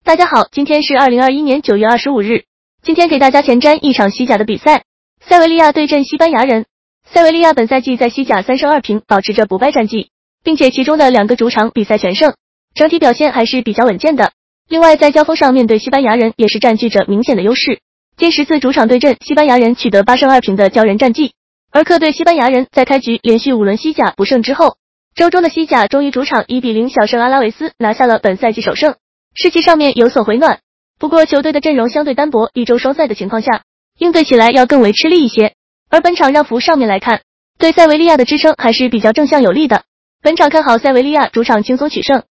大家好，今天是2021年9月25日。今天给大家前瞻一场西甲的比赛，塞维利亚对阵西班牙人。塞维利亚本赛季在西甲3胜2平，保持着不败战绩，并且其中的2个主场比赛全胜，整体表现还是比较稳健的。另外在交锋上面对西班牙人也是占据着明显的优势，近10次主场对阵西班牙人取得8胜2平的骄人战绩。而客队西班牙人在开局连续5轮西甲不胜之后，周中的西甲终于主场1比0小胜阿拉维斯，拿下了本赛季首胜，士气上面有所回暖。不过球队的阵容相对单薄，一周双赛的情况下，应对起来要更为吃力一些。而本场让幅上面来看，对塞维利亚的支撑还是比较正向有力的。本场看好塞维利亚主场轻松取胜，